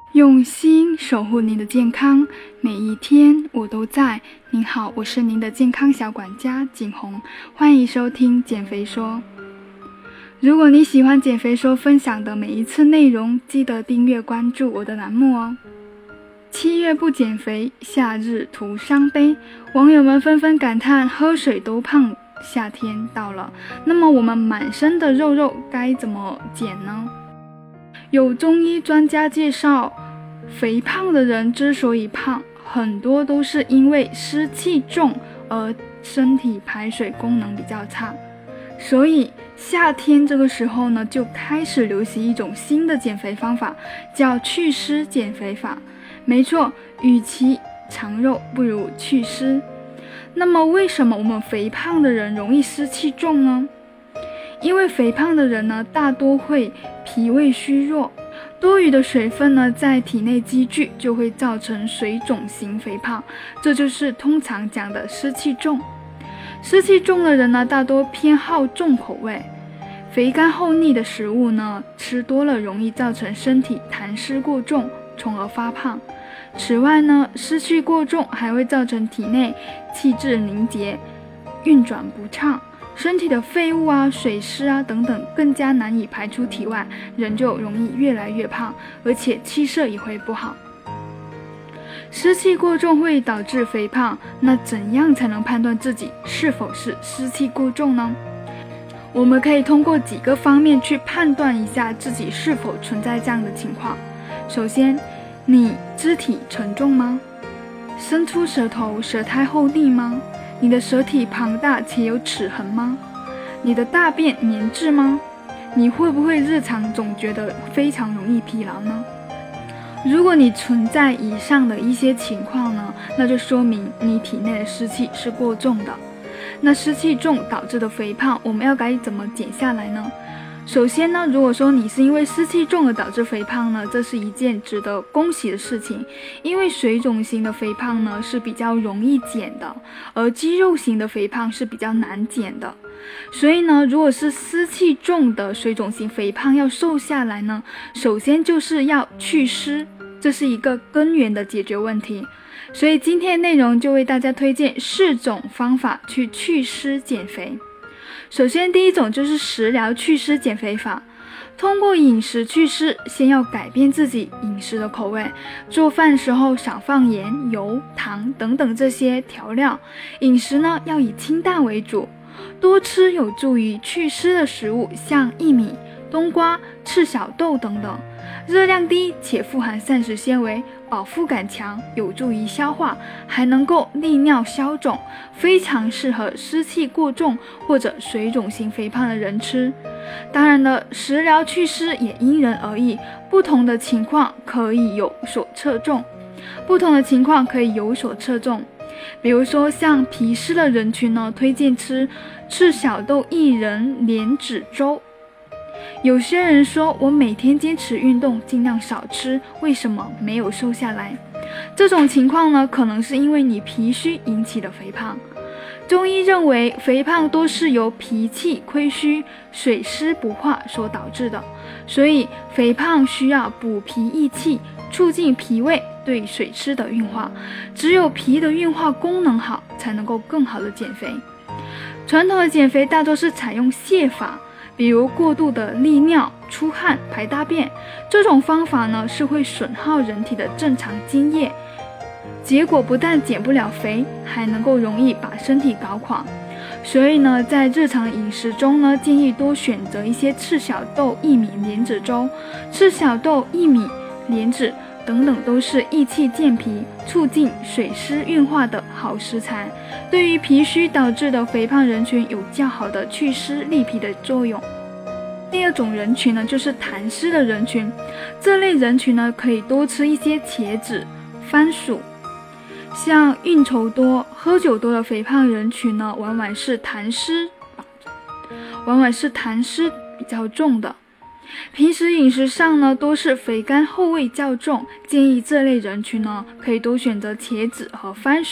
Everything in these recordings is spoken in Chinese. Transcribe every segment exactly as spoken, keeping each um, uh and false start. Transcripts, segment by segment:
用心守护您的健康，每一天我都在。您好，我是您的健康小管家景红，欢迎收听减肥说。如果你喜欢减肥说分享的每一次内容，记得订阅关注我的栏目哦。七月不减肥，夏日徒伤悲，网友们纷纷感叹喝水都胖，夏天到了。那么我们满身的肉肉该怎么减呢？有中医专家介绍，肥胖的人之所以胖，很多都是因为湿气重而身体排水功能比较差。所以夏天这个时候呢，就开始流行一种新的减肥方法，叫祛湿减肥法。没错，与其长肉不如祛湿。那么为什么我们肥胖的人容易湿气重呢？因为肥胖的人呢，大多会脾胃虚弱，多余的水分呢在体内积聚，就会造成水肿型肥胖，这就是通常讲的湿气重。湿气重的人呢，大多偏好重口味，肥甘厚腻的食物呢，吃多了容易造成身体痰湿过重，从而发胖。此外呢，湿气过重还会造成体内气滞凝结，运转不畅，身体的废物啊、水湿啊等等更加难以排出体外，人就容易越来越胖，而且气色也会不好。湿气过重会导致肥胖，那怎样才能判断自己是否是湿气过重呢？我们可以通过几个方面去判断一下自己是否存在这样的情况。首先，你肢体沉重吗？伸出舌头，舌苔厚腻吗？你的舌体庞大且有齿痕吗？你的大便粘滞吗？你会不会日常总觉得非常容易疲劳呢？如果你存在以上的一些情况呢，那就说明你体内的湿气是过重的。那湿气重导致的肥胖，我们要该怎么减下来呢？首先呢，如果说你是因为湿气重而导致肥胖呢，这是一件值得恭喜的事情，因为水肿型的肥胖呢是比较容易减的，而肌肉型的肥胖是比较难减的。所以呢，如果是湿气重的水肿型肥胖要瘦下来呢，首先就是要祛湿，这是一个根源的解决问题。所以今天的内容就为大家推荐四种方法去祛湿减肥。首先第一种就是食疗祛湿减肥法，通过饮食祛湿，先要改变自己饮食的口味，做饭时候少放盐、油、糖等等这些调料，饮食呢要以清淡为主，多吃有助于祛湿的食物，像薏米、冬瓜、赤小豆等等，热量低且富含膳食纤维，饱腹感强，有助于消化，还能够利尿消肿，非常适合湿气过重或者水肿型肥胖的人吃。当然了，食疗祛湿也因人而异，不同的情况可以有所侧重，不同的情况可以有所侧重。比如说像脾湿的人群呢，推荐吃赤小豆薏仁莲子粥。有些人说，我每天坚持运动，尽量少吃，为什么没有瘦下来？这种情况呢，可能是因为你脾虚引起的肥胖。中医认为，肥胖多是由脾气亏虚、水湿不化所导致的，所以肥胖需要补脾益气，促进脾胃对水湿的运化。只有脾的运化功能好，才能够更好的减肥。传统的减肥大多是采用泻法，比如过度的利尿、出汗、排大便，这种方法呢是会损耗人体的正常津液，结果不但减不了肥，还能够容易把身体搞垮。所以呢，在日常饮食中呢，建议多选择一些赤小豆薏米莲子粥。赤小豆、薏米、莲子等等都是益气健脾、促进水湿运化的好食材，对于脾虚导致的肥胖人群有较好的祛湿利脾的作用。第二种人群呢，就是痰湿的人群，这类人群呢，可以多吃一些茄子、番薯。像应酬多、喝酒多的肥胖人群呢，往往是痰湿，往往是痰湿比较重的。平时饮食上呢，都是肥甘厚味较重，建议这类人群呢，可以多选择茄子和番薯。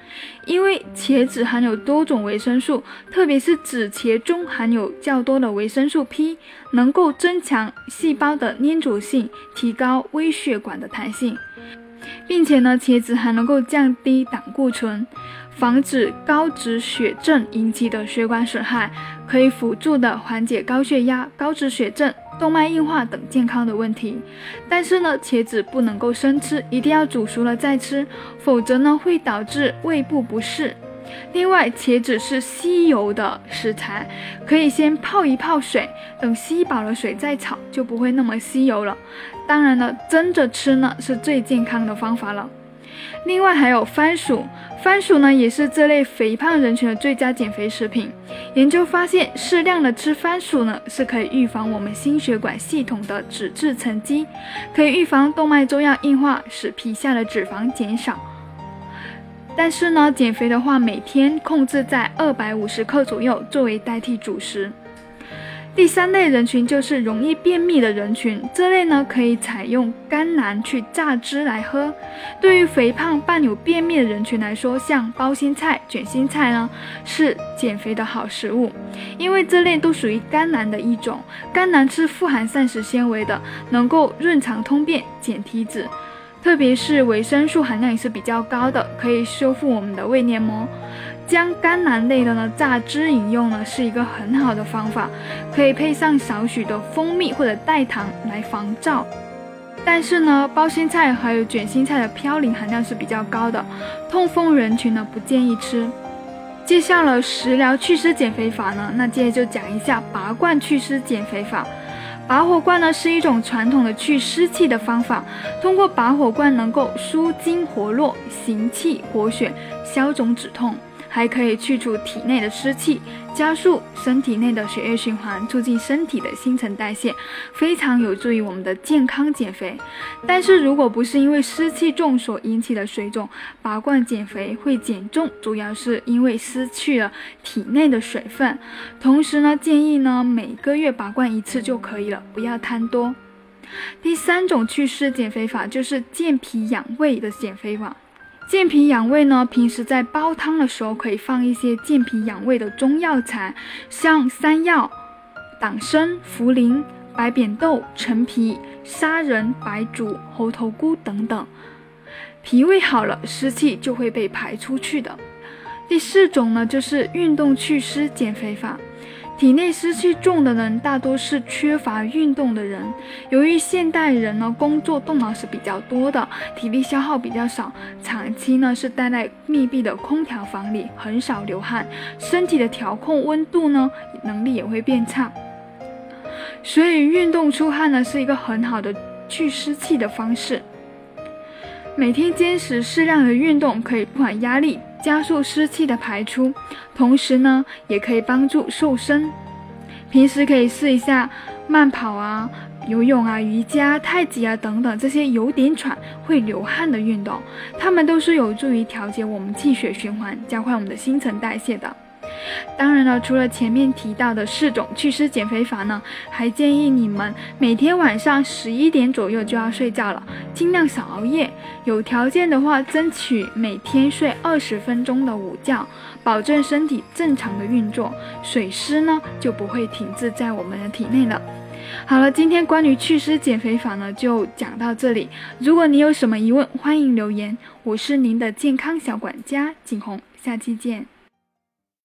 因为茄子含有多种维生素，特别是紫茄中含有较多的维生素 P， 能够增强细胞的粘着性，提高微血管的弹性，并且呢，茄子还能够降低胆固醇，防止高脂血症引起的血管损害，可以辅助的缓解高血压、高脂血症、动脉硬化等健康的问题。但是呢，茄子不能够生吃，一定要煮熟了再吃，否则呢会导致胃部不适。另外，茄子是吸油的食材，可以先泡一泡水，等吸饱了水再炒，就不会那么吸油了。当然了，蒸着吃呢是最健康的方法了。另外还有番薯，番薯呢也是这类肥胖人群的最佳减肥食品。研究发现，适量的吃番薯呢是可以预防我们心血管系统的脂质沉积，可以预防动脉粥样硬化，使皮下的脂肪减少。但是呢，减肥的话，每天控制在二百五十克左右，作为代替主食。第三类人群就是容易便秘的人群，这类呢可以采用甘蓝去榨汁来喝。对于肥胖伴有便秘的人群来说，像包心菜、卷心菜呢是减肥的好食物，因为这类都属于甘蓝的一种。甘蓝是富含膳食纤维的，能够润肠通便、减体脂，特别是维生素含量也是比较高的，可以修复我们的胃黏膜。将甘蓝类的呢榨汁饮用呢是一个很好的方法，可以配上少许的蜂蜜或者代糖来防燥。但是呢，包心菜还有卷心菜的嘌呤含量是比较高的，痛风人群呢不建议吃。介绍了食疗祛湿减肥法呢，那接着就讲一下拔罐祛湿减肥法。拔火罐呢是一种传统的去湿气的方法，通过拔火罐能够舒筋活络、行气活血、消肿止痛，还可以去除体内的湿气，加速身体内的血液循环，促进身体的新陈代谢，非常有助于我们的健康减肥。但是如果不是因为湿气重所引起的水肿，拔罐减肥会减重，主要是因为失去了体内的水分。同时呢，建议呢每个月拔罐一次就可以了，不要贪多。第三种祛湿减肥法就是健脾养胃的减肥法。健脾养胃呢，平时在煲汤的时候可以放一些健脾养胃的中药材，像山药、党参、茯苓、白扁豆、陈皮、砂仁、白术、猴头菇等等。脾胃好了，湿气就会被排出去的。第四种呢，就是运动祛湿减肥法。体内湿气重的人大多是缺乏运动的人，由于现代人呢工作动脑是比较多的，体力消耗比较少，长期呢是待在密闭的空调房里，很少流汗，身体的调控温度呢能力也会变差。所以运动出汗呢是一个很好的去湿气的方式。每天坚持适量的运动，可以缓压力，加速湿气的排出，同时呢也可以帮助瘦身。平时可以试一下慢跑啊、游泳啊、瑜伽、太极啊等等这些有点喘会流汗的运动，它们都是有助于调节我们气血循环，加快我们的新陈代谢的。当然了，除了前面提到的四种祛湿减肥法呢，还建议你们每天晚上十一点左右就要睡觉了，尽量少熬夜，有条件的话争取每天睡二十分钟的午觉，保证身体正常的运作，水湿呢就不会停滞在我们的体内了。好了，今天关于祛湿减肥法呢就讲到这里，如果你有什么疑问，欢迎留言。我是您的健康小管家景红，下期见。